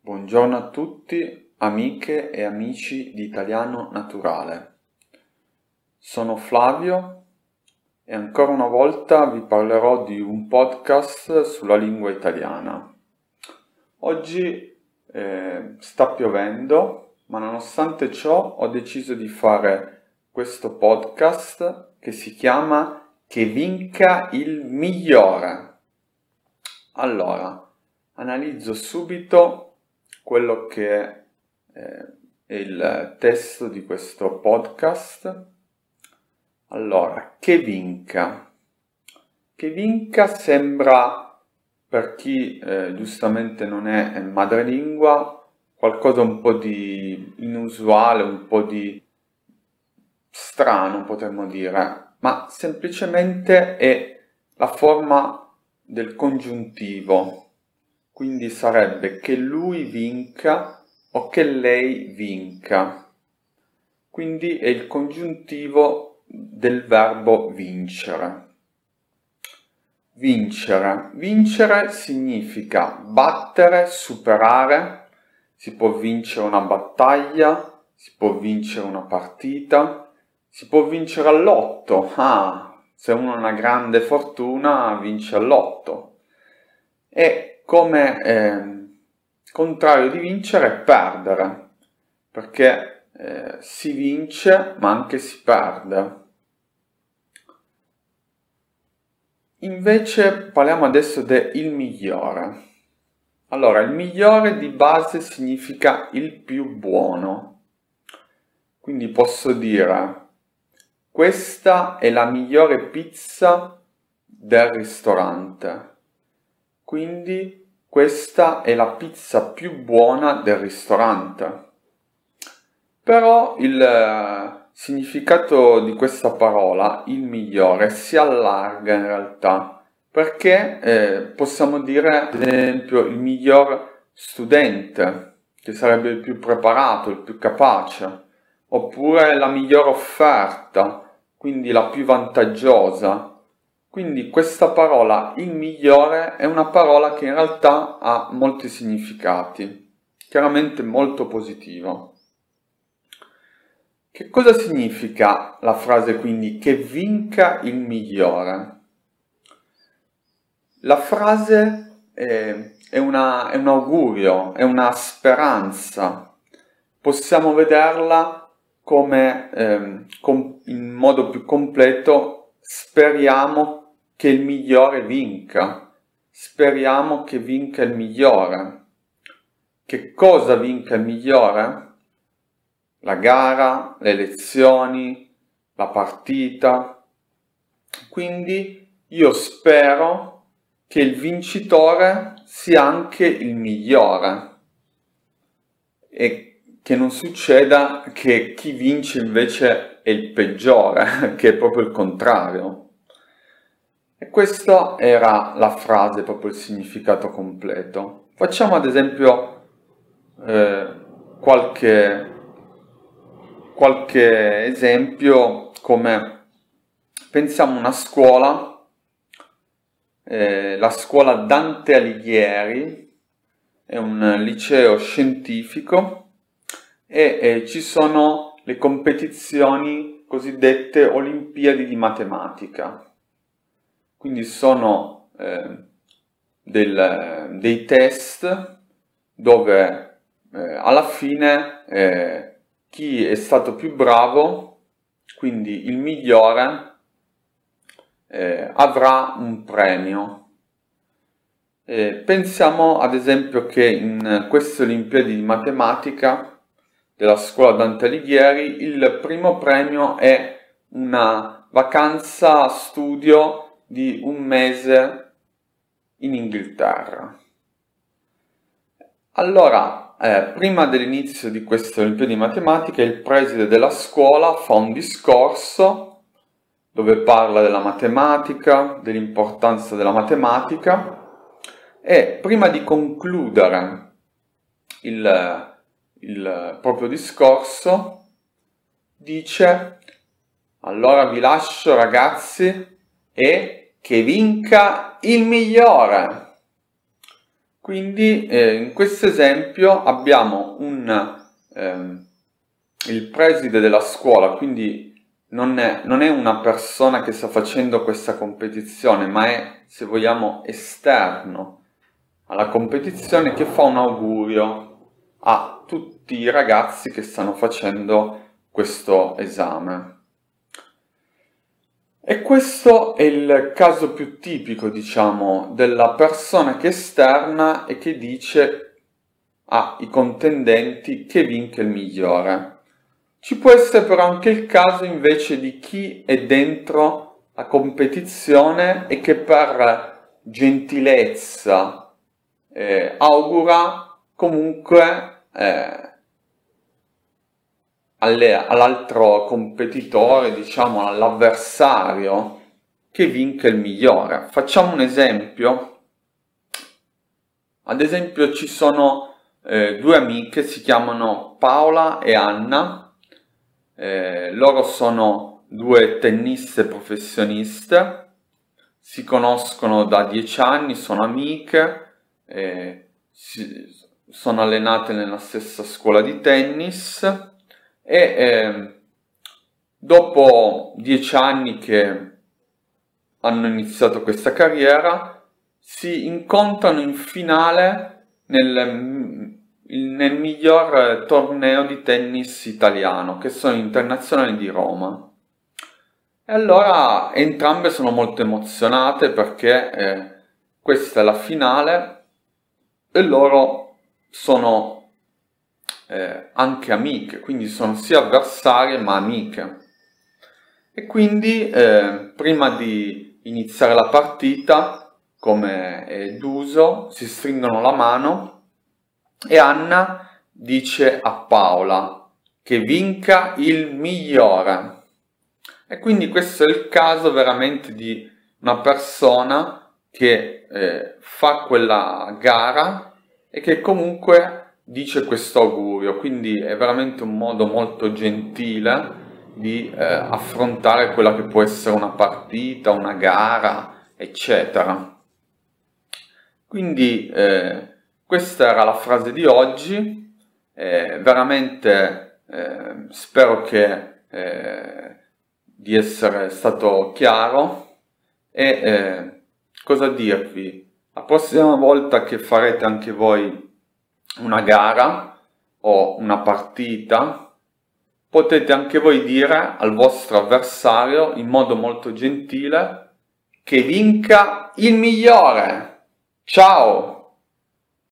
Buongiorno a tutti, amiche e amici di Italiano Naturale. Sono Flavio e ancora una volta vi parlerò di un podcast sulla lingua italiana. Oggi sta piovendo, ma nonostante ciò ho deciso di fare questo podcast che si chiama Che vinca il migliore. Allora, analizzo subito quello che è il testo di questo podcast. Allora, che vinca? Che vinca sembra, per chi giustamente non è madrelingua, qualcosa un po' di inusuale, un po' di strano potremmo dire, ma semplicemente è la forma del congiuntivo. Quindi sarebbe che lui vinca o che lei vinca. Quindi è il congiuntivo del verbo vincere. Vincere. Vincere significa battere, superare. Si può vincere una battaglia, si può vincere una partita, si può vincere all'otto. Se uno ha una grande fortuna, vince all'otto. E come contrario di vincere è perdere, perché si vince ma anche si perde. Invece parliamo adesso del migliore. Allora, il migliore di base significa il più buono. Quindi posso dire, questa è la migliore pizza del ristorante. Quindi questa è la pizza più buona del ristorante. Però il significato di questa parola, il migliore, si allarga in realtà, perché possiamo dire, ad esempio, il miglior studente, che sarebbe il più preparato, il più capace, oppure la miglior offerta, quindi la più vantaggiosa. Quindi questa parola, il migliore, è una parola che in realtà ha molti significati, chiaramente molto positiva. Che cosa significa la frase quindi che vinca il migliore? La frase è un augurio, è una speranza. Possiamo vederla come in modo più completo, speriamo che il migliore vinca. Speriamo che vinca il migliore. Che cosa vinca il migliore? La gara, le elezioni, la partita. Quindi io spero che il vincitore sia anche il migliore e che non succeda che chi vince invece è il peggiore, che è proprio il contrario. E questa era la frase, proprio il significato completo. Facciamo ad esempio qualche esempio, come pensiamo a una scuola, la scuola Dante Alighieri, è un liceo scientifico e ci sono le competizioni cosiddette Olimpiadi di matematica. Quindi sono dei test dove alla fine chi è stato più bravo, quindi il migliore, avrà un premio. Pensiamo ad esempio che in queste Olimpiadi di matematica della scuola Dante Alighieri il primo premio è una vacanza studio di un mese in Inghilterra. Allora, prima dell'inizio di queste Olimpiadi di matematica, il preside della scuola fa un discorso dove parla della matematica, dell'importanza della matematica, e prima di concludere il proprio discorso dice: allora vi lascio ragazzi e che vinca il migliore. Quindi in questo esempio abbiamo il preside della scuola, quindi non è una persona che sta facendo questa competizione, ma è, se vogliamo, esterno alla competizione, che fa un augurio a tutti i ragazzi che stanno facendo questo esame. E questo è il caso più tipico, diciamo, della persona che è esterna e che dice ai contendenti che vinca il migliore. Ci può essere però anche il caso invece di chi è dentro la competizione e che per gentilezza augura comunque all'altro competitore, diciamo all'avversario, che vinca il migliore. Facciamo un esempio. Ad esempio ci sono due amiche, si chiamano Paola e Anna. Loro sono due tenniste professioniste, si conoscono da 10 anni, sono amiche, sono allenate nella stessa scuola di tennis e dopo 10 anni che hanno iniziato questa carriera si incontrano in finale nel miglior torneo di tennis italiano, che sono Internazionali di Roma. E allora entrambe sono molto emozionate perché questa è la finale e loro sono anche amiche, quindi sono sia avversarie ma amiche. E quindi prima di iniziare la partita, come è d'uso, si stringono la mano e Anna dice a Paola che vinca il migliore. E quindi questo è il caso veramente di una persona che fa quella gara e che comunque dice questo augurio, quindi è veramente un modo molto gentile di affrontare quella che può essere una partita, una gara, eccetera. Quindi questa era la frase di oggi, veramente spero di essere stato chiaro e cosa dirvi? La prossima volta che farete anche voi una gara o una partita, potete anche voi dire al vostro avversario in modo molto gentile che vinca il migliore. Ciao!